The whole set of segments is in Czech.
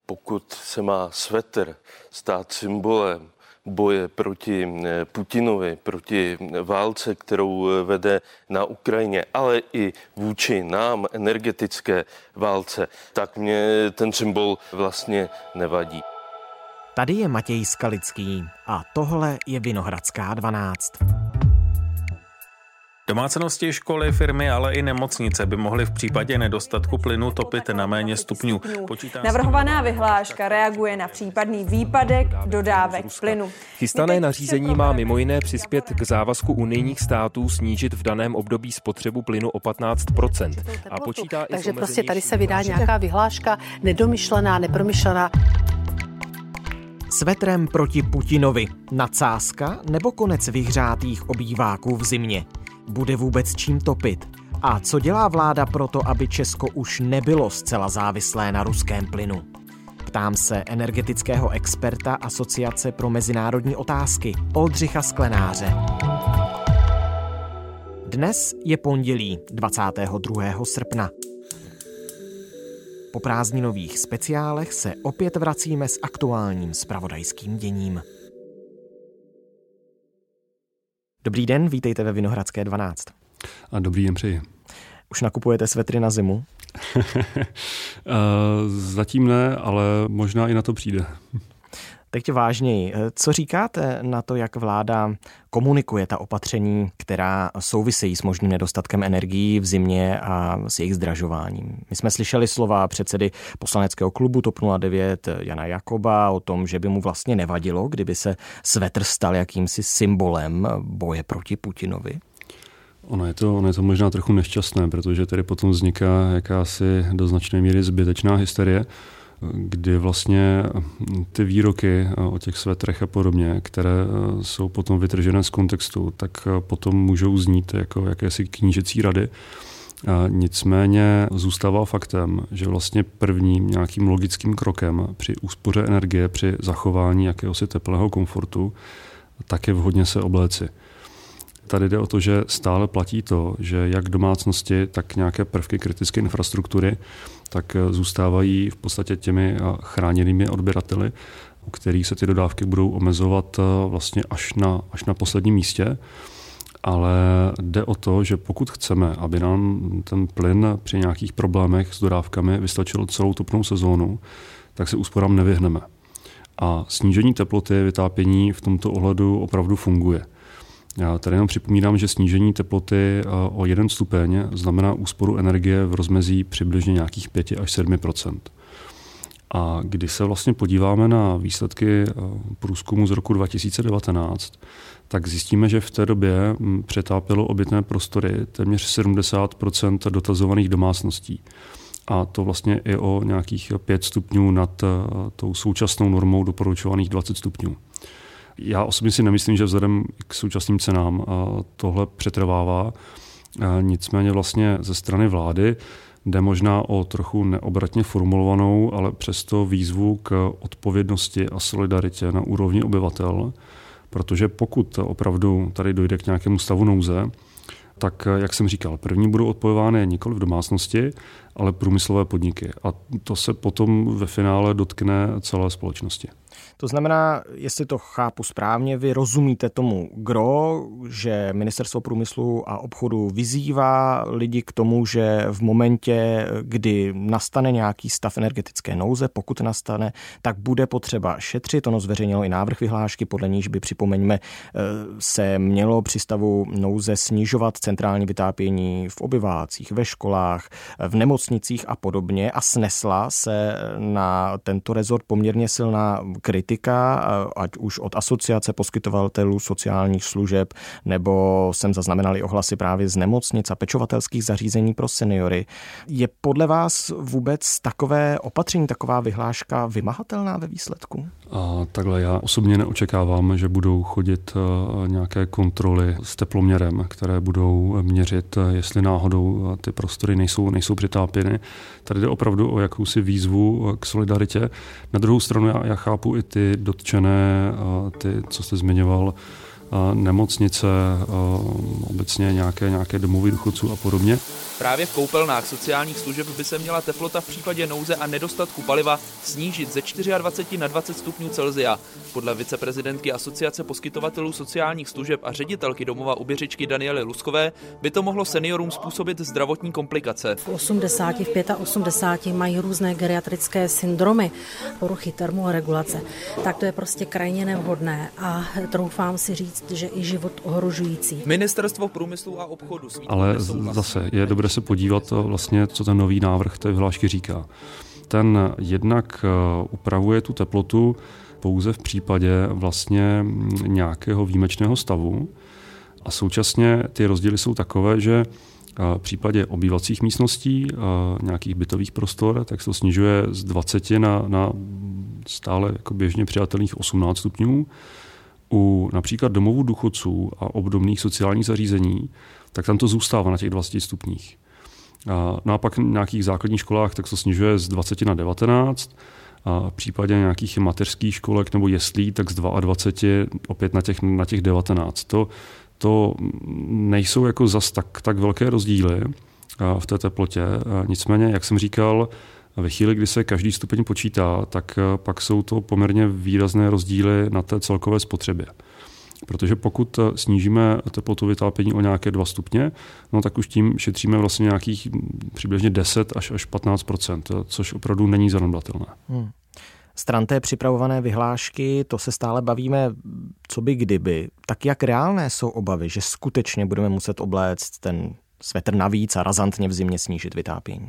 Pokud se má svetr stát symbolem boje proti Putinovi, proti válce, kterou vede na Ukrajině, ale i vůči nám energetické válce, tak mě ten symbol vlastně nevadí. Tady je Matěj Skalický a tohle je Vinohradská 12. Domácnosti, školy, firmy, ale i nemocnice by mohly v případě nedostatku plynu topit na méně stupňů. Navrhovaná vyhláška reaguje na případný výpadek dodávek plynu. Chystané nařízení má mimo jiné přispět k závazku unijních států snížit v daném období spotřebu plynu o 15%. A počítá i takže prostě tady se vydá nějaká vyhláška nedomyšlená, nepromyšlená. S vetrem proti Putinovi. Nadsázka nebo konec vyhřátých obýváků v zimě? Bude vůbec čím topit? A co dělá vláda proto, aby Česko už nebylo zcela závislé na ruském plynu? Ptám se energetického experta Asociace pro mezinárodní otázky Oldřicha Sklenáře. Dnes je pondělí 22. srpna. Po prázdninových speciálech se opět vracíme s aktuálním zpravodajským děním. Dobrý den, vítejte ve Vinohradské 12. A dobrý den přeji. Už nakupujete svetry na zimu? Zatím ne, ale možná i na to přijde. Teď vážněji, co říkáte na to, jak vláda komunikuje ta opatření, která souvisejí s možným nedostatkem energií v zimě a s jejich zdražováním? My jsme slyšeli slova předsedy poslaneckého klubu TOP 09 Jana Jakoba o tom, že by mu vlastně nevadilo, kdyby se svetr stal jakýmsi symbolem boje proti Putinovi. Ono je to možná trochu nešťastné, protože tady potom vzniká jakási do značné míry zbytečná hysterie, kdy vlastně ty výroky o těch svetrech a podobně, které jsou potom vytržené z kontextu, tak potom můžou znít jako jakési knížecí rady. Nicméně zůstává faktem, že vlastně prvním nějakým logickým krokem při úspoře energie, při zachování jakéhosi teplého komfortu, tak je vhodně se obléci. Tady jde o to, že stále platí to, že jak domácnosti, tak nějaké prvky kritické infrastruktury tak zůstávají v podstatě těmi chráněnými odběrateli, u kterých se ty dodávky budou omezovat vlastně až na posledním místě. Ale jde o to, že pokud chceme, aby nám ten plyn při nějakých problémech s dodávkami vystačil celou topnou sezónu, tak se úsporám nevyhneme. A snížení teploty vytápění v tomto ohledu opravdu funguje. Já tady jenom připomínám, že snížení teploty o 1 stupeň znamená úsporu energie v rozmezí přibližně nějakých 5 až 7%. A když se vlastně podíváme na výsledky průzkumu z roku 2019, tak zjistíme, že v té době přetápělo obytné prostory téměř 70% dotazovaných domácností. A to vlastně i o nějakých 5 stupňů nad tou současnou normou doporučovaných 20 stupňů. Já osobně si nemyslím, že vzhledem k současným cenám tohle přetrvává. Nicméně vlastně ze strany vlády jde možná o trochu neobratně formulovanou, ale přesto výzvu k odpovědnosti a solidaritě na úrovni obyvatel, protože pokud opravdu tady dojde k nějakému stavu nouze, tak, jak jsem říkal, první budou odpojovány nikoli v domácnosti, ale průmyslové podniky. A to se potom ve finále dotkne celé společnosti. To znamená, jestli to chápu správně, vy rozumíte tomu gro, že Ministerstvo průmyslu a obchodu vyzývá lidi k tomu, že v momentě, kdy nastane nějaký stav energetické nouze, pokud nastane, tak bude potřeba šetřit. Ono zveřejnilo i návrh vyhlášky, podle níž by, připomeňme, se mělo při stavu nouze snižovat centrální vytápění v obyvácích, ve školách, v nemocnicích a podobně, a snesla se na tento rezort poměrně silná kritika, ať už od asociace poskytovatelů sociálních služeb, nebo jsem zaznamenali ohlasy právě z nemocnic a pečovatelských zařízení pro seniory. Je podle vás vůbec takové opatření, taková vyhláška vymahatelná ve výsledku? Takhle já osobně neočekávám, že budou chodit nějaké kontroly s teploměrem, které budou měřit, jestli náhodou ty prostory nejsou přitápěny. Tady jde opravdu o jakousi výzvu k solidaritě. Na druhou stranu já chápu i ty dotčené, ty, co jste zmiňoval, nemocnice, obecně nějaké domovy důchodců a podobně. Právě v koupelnách sociálních služeb by se měla teplota v případě nouze a nedostatku paliva snížit ze 24 na 20 stupňů Celsia. Podle viceprezidentky Asociace poskytovatelů sociálních služeb a ředitelky domova u Běřičky Daniely Luskové by to mohlo seniorům způsobit zdravotní komplikace. V 80, v 85 mají různé geriatrické syndromy, poruchy termoregulace. Tak to je prostě krajně nevhodné a troufám si říct, že i život ohrožující. Ministerstvo průmyslu a obchodu. Ale zase je dobré se podívat vlastně, co ten nový návrh té vyhlášky říká. Ten jednak upravuje tu teplotu pouze v případě vlastně nějakého výjimečného stavu a současně ty rozdíly jsou takové, že v případě obývacích místností, nějakých bytových prostor, tak se to snižuje z 20 na stále jako běžně přijatelných 18 stupňů. U například domovů důchodců a obdobných sociálních zařízení, tak tam to zůstává na těch 20 stupních. No a pak v nějakých základních školách tak to snižuje z 20 na 19 a v případě nějakých mateřských školek nebo jeslí, tak z 22 opět na těch 19. To nejsou jako zas tak velké rozdíly v té teplotě. Nicméně, jak jsem říkal, ve chvíli, kdy se každý stupeň počítá, tak pak jsou to poměrně výrazné rozdíly na té celkové spotřebě. Protože pokud snížíme teplotu vytápění o nějaké 2 stupně, no tak už tím šetříme vlastně nějakých přibližně 10 až 15%, což opravdu není zanedbatelné. Stran té připravované vyhlášky, to se stále bavíme, co by kdyby. Tak jak reálné jsou obavy, že skutečně budeme muset obléct ten svetr navíc a razantně v zimě snížit vytápění?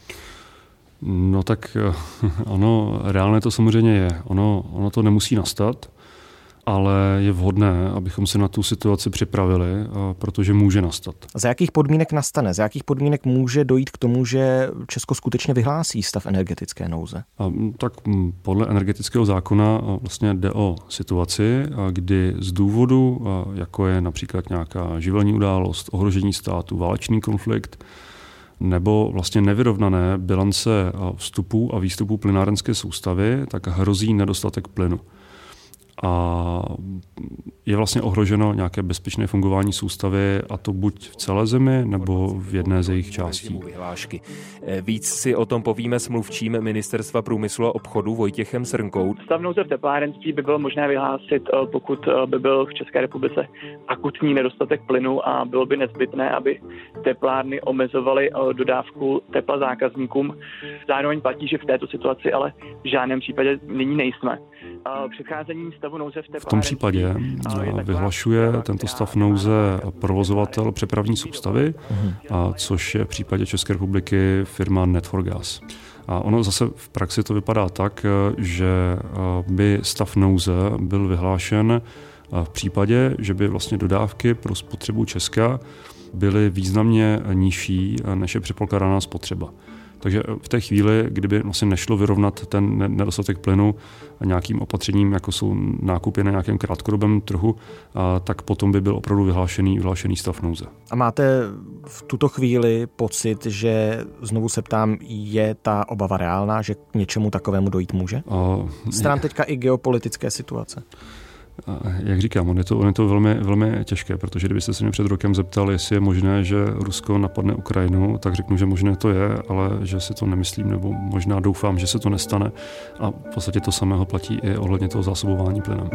No tak ono, reálné to samozřejmě je. Ono to nemusí nastat, ale je vhodné, abychom se na tu situaci připravili, protože může nastat. Za jakých podmínek nastane? Za jakých podmínek může dojít k tomu, že Česko skutečně vyhlásí stav energetické nouze? Tak podle energetického zákona vlastně jde o situaci, kdy z důvodu, jako je například nějaká živelní událost, ohrožení státu, válečný konflikt, nebo vlastně nevyrovnané bilance vstupů a výstupů plynárenské soustavy, tak hrozí nedostatek plynu. A je vlastně ohroženo nějaké bezpečné fungování soustavy, a to buď v celé zemi, nebo v jedné z jejich částí. Víc si o tom povíme s mluvčím Ministerstva průmyslu a obchodu Vojtěchem Srnkou. Stav nouze v teplárenství by bylo možné vyhlásit, pokud by byl v České republice akutní nedostatek plynu a bylo by nezbytné, aby teplárny omezovaly dodávku tepla zákazníkům. Zároveň platí, že v této situaci ale v žádném případě nyní nejsme. Předcházení stavu nouze v tom případě vyhlašuje tento stav nouze provozovatel přepravní soustavy, což je v případě České republiky firma Net4Gas. A ono zase v praxi to vypadá tak, že by stav nouze byl vyhlášen v případě, že by vlastně dodávky pro spotřebu Česka byly významně nižší, než je předpokládaná spotřeba. Takže v té chvíli, kdyby vlastně nešlo vyrovnat ten nedostatek plynu nějakým opatřením, jako jsou nákupy na nějakém krátkodobém trhu, tak potom by byl opravdu vyhlášený stav nouze. A máte v tuto chvíli pocit, že, znovu se ptám, je ta obava reálná, že k něčemu takovému dojít může? Stran teďka i geopolitické situace. Jak říkám, je to velmi, velmi těžké, protože kdybyste se mě před rokem zeptal, jestli je možné, že Rusko napadne Ukrajinu, tak řeknu, že možné to je, ale že si to nemyslím, nebo možná doufám, že se to nestane. A v podstatě to samého platí i ohledně toho zásobování plynem.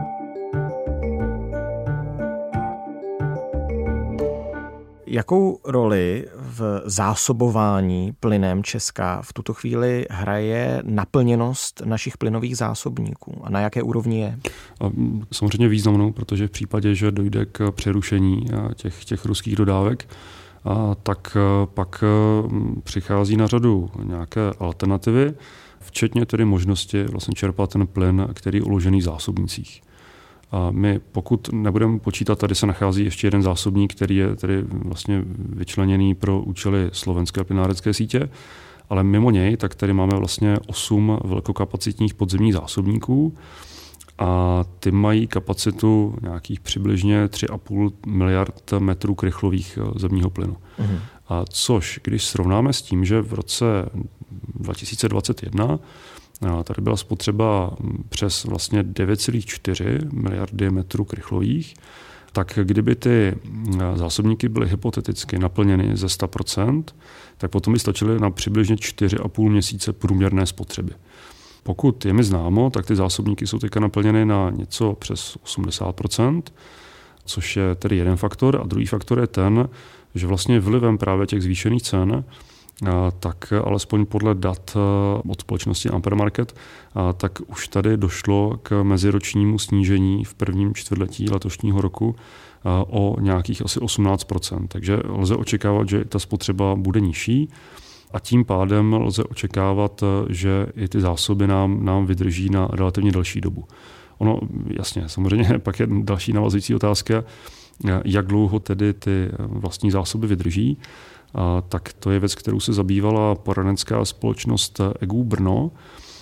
Jakou roli v zásobování plynem Česka v tuto chvíli hraje naplněnost našich plynových zásobníků a na jaké úrovni je? Samozřejmě významnou, protože v případě, že dojde k přerušení těch ruských dodávek, tak pak přichází na řadu nějaké alternativy, včetně tedy možnosti vlastně čerpat ten plyn, který je uložený v zásobnicích. A my, pokud nebudeme počítat, tady se nachází ještě jeden zásobník, který je tedy vlastně vyčleněný pro účely slovenské plynárenské sítě, ale mimo něj, tak tady máme vlastně 8 velkokapacitních podzemních zásobníků a ty mají kapacitu nějakých přibližně 3,5 miliard metrů krychlových zemního plynu. A což, když srovnáme s tím, že v roce 2021 Tady byla spotřeba přes vlastně 9,4 miliardy metrů krychlových. Tak kdyby ty zásobníky byly hypoteticky naplněny ze 100%, tak potom by stačily na přibližně 4,5 měsíce průměrné spotřeby. Pokud je mi známo, tak ty zásobníky jsou teďka naplněny na něco přes 80%, což je tedy jeden faktor. A druhý faktor je ten, že vlastně vlivem právě těch zvýšených cen, tak alespoň podle dat od společnosti Ampermarket, tak už tady došlo k meziročnímu snížení v prvním čtvrtletí letošního roku o nějakých asi 18%. Takže lze očekávat, že ta spotřeba bude nižší a tím pádem lze očekávat, že i ty zásoby nám vydrží na relativně delší dobu. Ono, jasně, samozřejmě pak je další navazující otázka, jak dlouho tedy ty vlastní zásoby vydrží. Tak to je věc, kterou se zabývala poradenská společnost EGU Brno,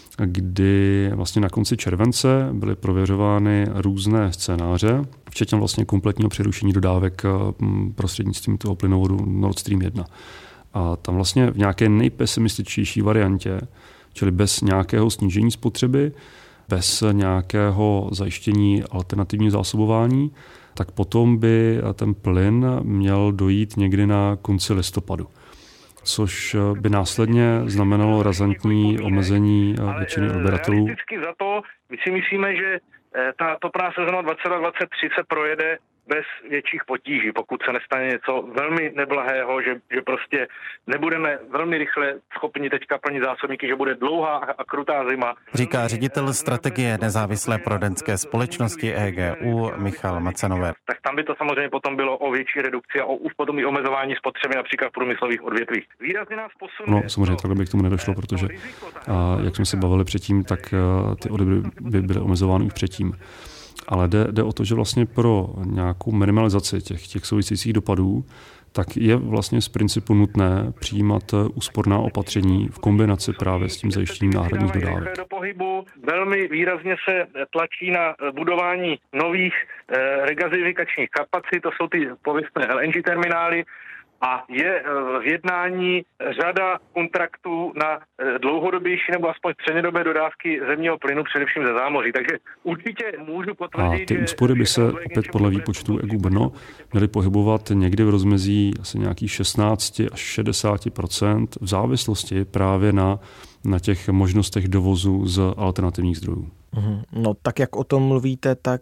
kdy vlastně na konci července byly prověřovány různé scénáře, včetně vlastně kompletního přerušení dodávek prostřednictvím toho plynovodu Nord Stream 1. A tam vlastně v nějaké nejpesimističtější variantě, čili bez nějakého snížení spotřeby, bez nějakého zajištění alternativního zásobování, tak potom by ten plyn měl dojít někdy na konci listopadu. Což by následně znamenalo razantní omezení většiny odběratelů. Realisticky za to my si myslíme, že ta topná sezóna 2023 se projede bez větších potíží, pokud se nestane něco velmi neblahého, že prostě nebudeme velmi rychle schopni teďka plnit zásobníky, že bude dlouhá a krutá zima. Říká ředitel strategie nezávislé poradenské společnosti EGU Michal Macanové. Tak tam by to samozřejmě potom bylo o větší redukci a už potom i omezování spotřeby například v průmyslových odvětvích. Výrazně nás posunuje. No samozřejmě takhle by k tomu nedošlo, protože jak jsme se bavili předtím, tak ty odběry by byly omezovány už předtím. Ale jde o to, že vlastně pro nějakou minimalizaci těch souvisejících dopadů, tak je vlastně z principu nutné přijímat úsporná opatření v kombinaci právě s tím zajištěním náhradních dodávek. Do pohybu velmi výrazně se tlačí na budování nových regazifikačních kapacit, to jsou ty pověstné LNG terminály, a je v jednání řada kontraktů na dlouhodobější nebo aspoň střednědobé dodávky zemního plynu, především ze zámoří. Takže určitě můžu potvrdit, a ty úspory by se opět podle výpočtu EGU Brno měly pohybovat někdy v rozmezí asi nějakých 16 až 60% v závislosti právě na těch možnostech dovozu z alternativních zdrojů. No tak jak o tom mluvíte, tak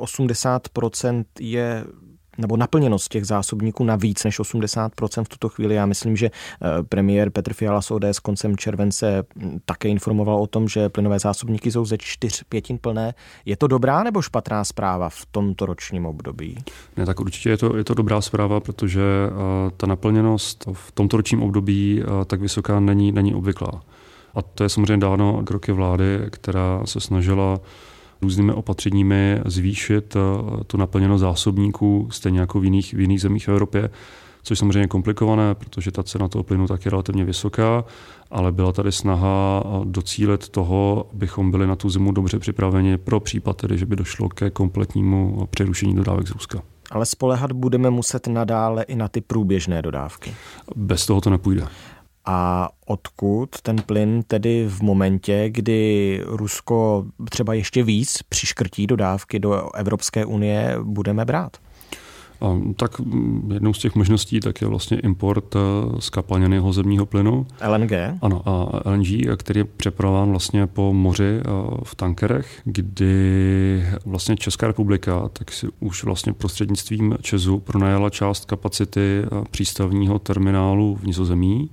80% je nebo naplněnost těch zásobníků na víc než 80% v tuto chvíli. Já myslím, že premiér Petr Fiala z ODS koncem července také informoval o tom, že plynové zásobníky jsou ze 4/5 plné. Je to dobrá nebo špatná zpráva v tomto ročním období? Ne, tak určitě je to dobrá zpráva, protože ta naplněnost v tomto ročním období tak vysoká není obvyklá. A to je samozřejmě dáno kroky vlády, která se snažila různými opatřeními zvýšit tu naplněnost zásobníků, stejně jako v jiných zemích v Evropě, což samozřejmě je komplikované, protože ta cena toho plynu tak je relativně vysoká, ale byla tady snaha docílit toho, abychom byli na tu zimu dobře připraveni pro případ tedy, že by došlo ke kompletnímu přerušení dodávek z Ruska. Ale spoléhat budeme muset nadále i na ty průběžné dodávky. Bez toho to nepůjde. A odkud ten plyn tedy v momentě, kdy Rusko třeba ještě víc přiškrtí dodávky do Evropské unie, budeme brát? Tak jednou z těch možností tak je vlastně import zkapalněného zemního plynu. LNG? Ano, a LNG, který je přepravován vlastně po moři v tankerech, kdy vlastně Česká republika tak si už vlastně prostřednictvím ČEZu pronajala část kapacity přístavního terminálu v Nizozemí,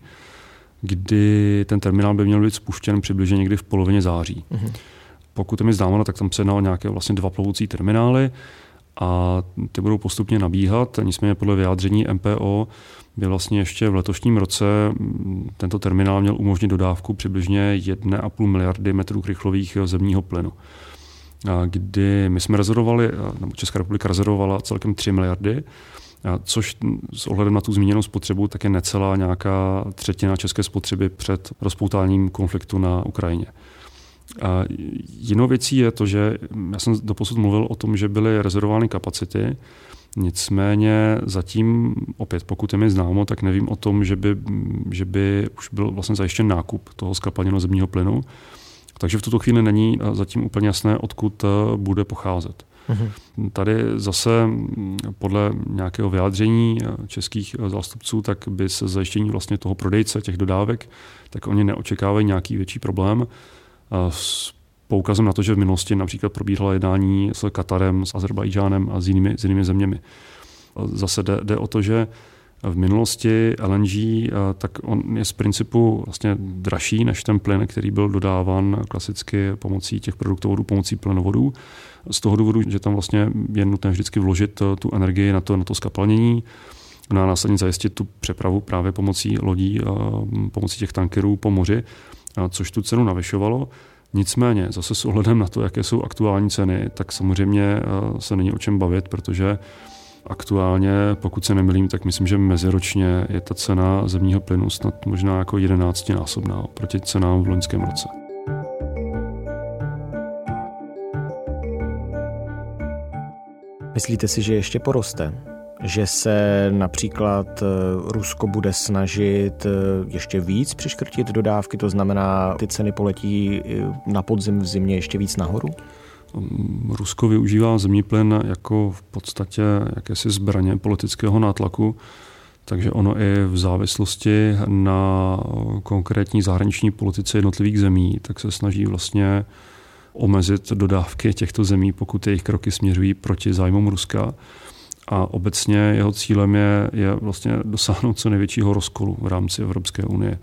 kdy ten terminál by měl být spuštěn přibližně někdy v polovině září. Pokud je mi známo, tak tam se jednalo nějaké vlastně 2 plovoucí terminály a ty budou postupně nabíhat. Nicméně podle vyjádření MPO by vlastně ještě v letošním roce tento terminál měl umožnit dodávku přibližně 1,5 miliardy metrů krychlových zemního plynu. Kdy my jsme rezervovali, nebo Česká republika rezervovala celkem 3 miliardy, což s ohledem na tu zmíněnou spotřebu tak je necelá nějaká třetina české spotřeby před rozpoutáním konfliktu na Ukrajině. A jinou věcí je to, že já jsem doposud mluvil o tom, že byly rezervovány kapacity, nicméně zatím, opět pokud je mi známo, tak nevím o tom, že by už byl vlastně zajištěn nákup toho zkapalněného zemního plynu. Takže v tuto chvíli není zatím úplně jasné, odkud bude pocházet. Tady zase podle nějakého vyjádření českých zástupců, tak by se zajištění vlastně toho prodejce těch dodávek, tak oni neočekávají nějaký větší problém. S poukazem na to, že v minulosti například probíhala jednání s Katarem, s Azerbajdžánem a s jinými zeměmi. Zase jde o to, že v minulosti LNG, tak on je z principu vlastně dražší než ten plyn, který byl dodáván klasicky pomocí těch produktovodů, pomocí plynovodů. Z toho důvodu, že tam vlastně je nutné vždycky vložit tu energii na to skapalnění, a následně zajistit tu přepravu právě pomocí lodí, pomocí těch tankerů po moři, což tu cenu navyšovalo. Nicméně zase s ohledem na to, jaké jsou aktuální ceny, tak samozřejmě se není o čem bavit, protože aktuálně, pokud se nemýlím, tak myslím, že meziročně je ta cena zemního plynu snad možná jako 11násobná proti cenám v loňském roce. Myslíte si, že ještě poroste? Že se například Rusko bude snažit ještě víc přiškrtit dodávky, to znamená, ty ceny poletí na podzim v zimě ještě víc nahoru? Rusko využívá zemní plyn jako v podstatě jakési zbraně politického nátlaku, takže ono i v závislosti na konkrétní zahraniční politice jednotlivých zemí, tak se snaží vlastně omezit dodávky těchto zemí, pokud jejich kroky směřují proti zájmům Ruska. A obecně jeho cílem je vlastně dosáhnout co největšího rozkolu v rámci Evropské unie.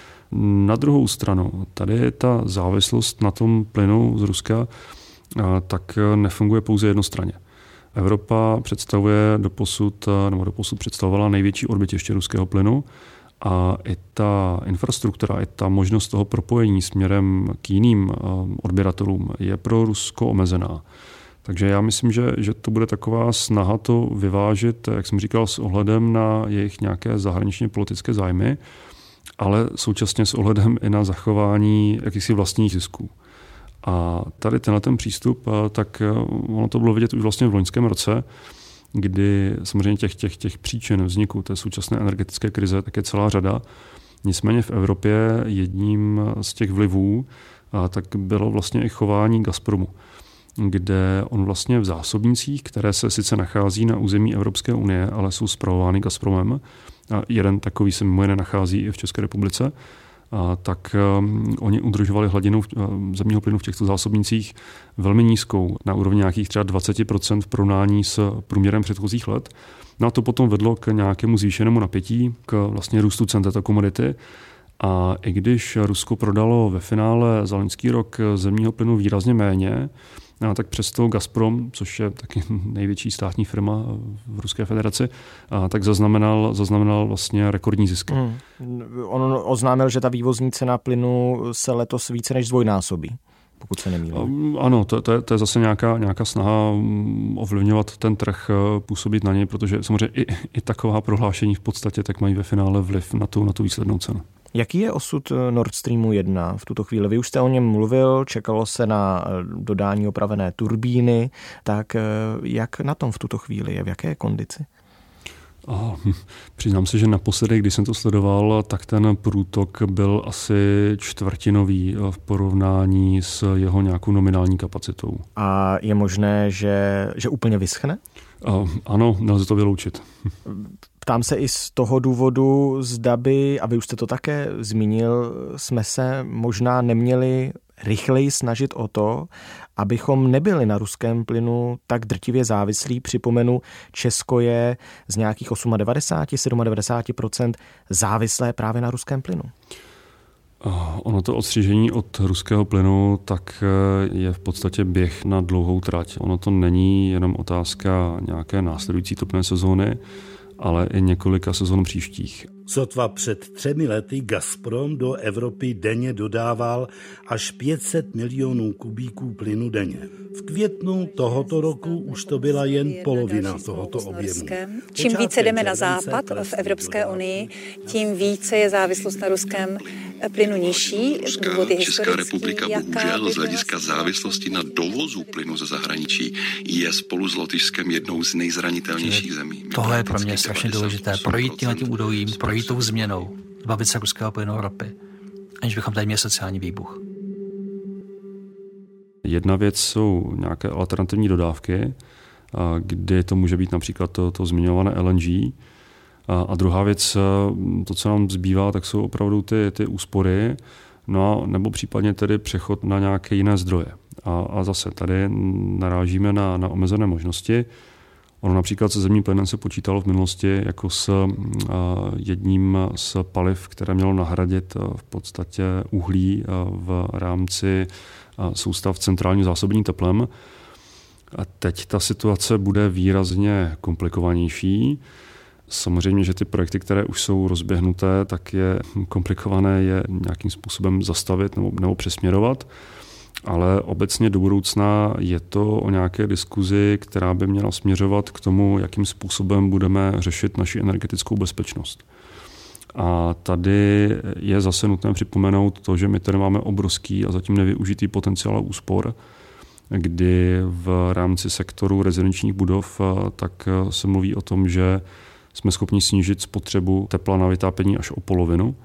Na druhou stranu, tady ta závislost na tom plynu z Ruska tak nefunguje pouze jednostranně. Evropa doposud představovala největší odbytiště ruského plynu a i ta infrastruktura, i ta možnost toho propojení směrem k jiným odběratelům je pro Rusko omezená. Takže já myslím, že to bude taková snaha to vyvážit, jak jsem říkal, s ohledem na jejich nějaké zahraničně politické zájmy, ale současně s ohledem i na zachování jakýchsi vlastních zisků. A tady ten přístup, tak ono to bylo vidět už vlastně v loňském roce, kdy samozřejmě těch příčin vzniku té současné energetické krize tak je celá řada. Nicméně v Evropě jedním z těch vlivů tak bylo vlastně i chování Gazpromu, kde on vlastně v zásobnících, které se sice nachází na území Evropské unie, ale jsou spravovány Gazpromem, a jeden takový se mimo jiné nachází i v České republice, tak oni udržovali hladinu zemního plynu v těchto zásobnících velmi nízkou, na úrovni nějakých třeba 20% v porovnání s průměrem předchozích let. No a to potom vedlo k nějakému zvýšenému napětí, k vlastně růstu cen této komodity. A i když Rusko prodalo ve finále za loňský rok zemního plynu výrazně méně, tak přesto Gazprom, což je taky největší státní firma v Ruské federaci, tak zaznamenal vlastně rekordní zisky. On oznámil, že ta vývozní cena plynu se letos více než zdvojnásobí, pokud se nemýlím. Ano, to je zase nějaká snaha ovlivňovat ten trh, působit na něj, protože samozřejmě i taková prohlášení v podstatě tak mají ve finále vliv na tu výslednou cenu. Jaký je osud Nord Streamu 1 v tuto chvíli? Vy už jste o něm mluvil, čekalo se na dodání opravené turbíny, tak jak na tom v tuto chvíli je, v jaké kondici? Přiznám se, že naposledy, když jsem to sledoval, tak ten průtok byl asi čtvrtinový v porovnání s jeho nějakou nominální kapacitou. A je možné, že úplně vyschne? Ano, nelze to vyloučit. Ptám se i z toho důvodu, zda by, a vy už jste to také zmínil, jsme se možná neměli rychleji snažit o to, abychom nebyli na ruském plynu tak drtivě závislí. Připomenu, Česko je z nějakých 98-97% závislé právě na ruském plynu. Ono to odstřižení od ruského plynu tak je v podstatě běh na dlouhou trať. Ono to není jenom otázka nějaké následující topné sezóny, ale i několika sezon příštích. Sotva před 3 lety Gazprom do Evropy denně dodával až 500 milionů kubíků plynu denně. V květnu tohoto roku už to byla jen polovina tohoto objemu. Čím více jdeme na západ v Evropské unii, tím více je závislost na ruském plynu nižší. Česká republika bohužel z hlediska závislosti na dovozu plynu ze zahraničí je spolu s Lotyšskem jednou z nejzranitelnějších zemí. Tohle je pro mě strašně důležité. Projít tímhletím údolím, projít tou změnou, zbavit se ruského plynu ropy, aniž bychom tady měli sociální výbuch. Jedna věc jsou nějaké alternativní dodávky, kdy to může být například to zmiňované LNG. A druhá věc, to, co nám zbývá, tak jsou opravdu ty úspory, no nebo případně tedy přechod na nějaké jiné zdroje. A zase tady narážíme na omezené možnosti. Ono například se zemním plynem se počítalo v minulosti jako s jedním z paliv, které mělo nahradit v podstatě uhlí v rámci soustav centrálního zásobení teplem. A teď ta situace bude výrazně komplikovanější. Samozřejmě, že ty projekty, které už jsou rozběhnuté, tak je komplikované je nějakým způsobem zastavit nebo přesměrovat. Ale obecně do budoucna je to o nějaké diskuzi, která by měla směřovat k tomu, jakým způsobem budeme řešit naši energetickou bezpečnost. A tady je zase nutné připomenout to, že my tady máme obrovský a zatím nevyužitý potenciál úspor, kdy v rámci sektoru rezidenčních budov tak se mluví o tom, že jsme schopni snížit spotřebu tepla na vytápění až o polovinu.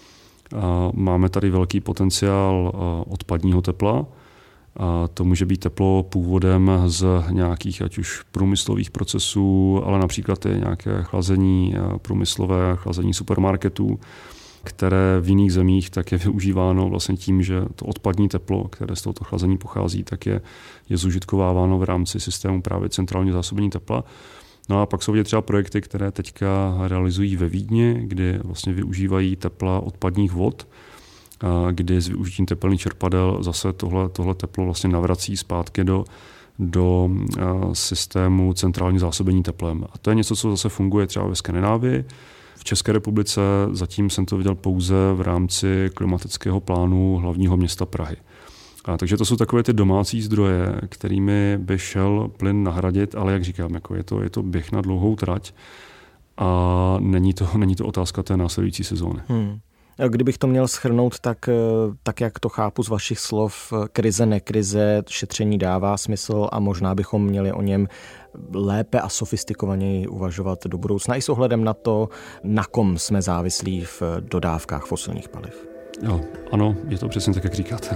Máme tady velký potenciál odpadního tepla. To může být teplo původem z nějakých ať už průmyslových procesů, ale například i nějaké chlazení průmyslové, chlazení supermarketů, které v jiných zemích tak je využíváno vlastně tím, že to odpadní teplo, které z tohoto chlazení pochází, tak je zužitkováváno v rámci systému právě centrálního zásobení tepla. No a pak jsou třeba projekty, které teďka realizují ve Vídni, kdy vlastně využívají tepla odpadních vod, kdy s využitím tepelných čerpadel zase tohle teplo vlastně navrací zpátky do systému centrálního zásobení teplem. A to je něco, co zase funguje třeba ve Skandinávii. V České republice zatím jsem to viděl pouze v rámci klimatického plánu hlavního města Prahy. Takže to jsou takové ty domácí zdroje, kterými by šel plyn nahradit, ale jak říkám, jako je to běh na dlouhou trať a není to otázka té následující sezóny. Kdybych to měl shrnout, tak jak to chápu z vašich slov, krize, nekrize, šetření dává smysl a možná bychom měli o něm lépe a sofistikovaněji uvažovat do budoucna i s ohledem na to, na kom jsme závislí v dodávkách fosilních paliv. Jo, ano, je to přesně tak, jak říkáte.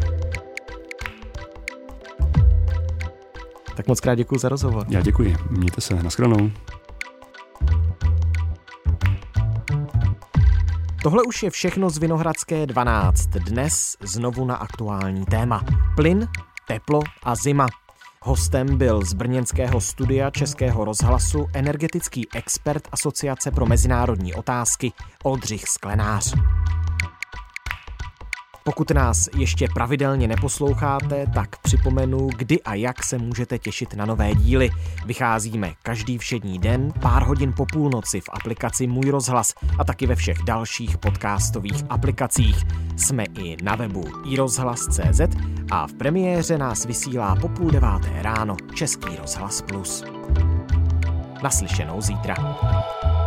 Tak moc krát děkuji za rozhovor. Já děkuji. Mějte se. Naschledanou. Tohle už je všechno z Vinohradské 12. Dnes znovu na aktuální téma. Plyn, teplo a zima. Hostem byl z brněnského studia Českého rozhlasu energetický expert Asociace pro mezinárodní otázky Oldřich Sklenář. Pokud nás ještě pravidelně neposloucháte, tak připomenu, kdy a jak se můžete těšit na nové díly. Vycházíme každý všední den, pár hodin po půlnoci v aplikaci Můj rozhlas a taky ve všech dalších podcastových aplikacích. Jsme i na webu iRozhlas.cz a v premiéře nás vysílá po 8:30 ráno Český rozhlas Plus. Naslyšenou zítra.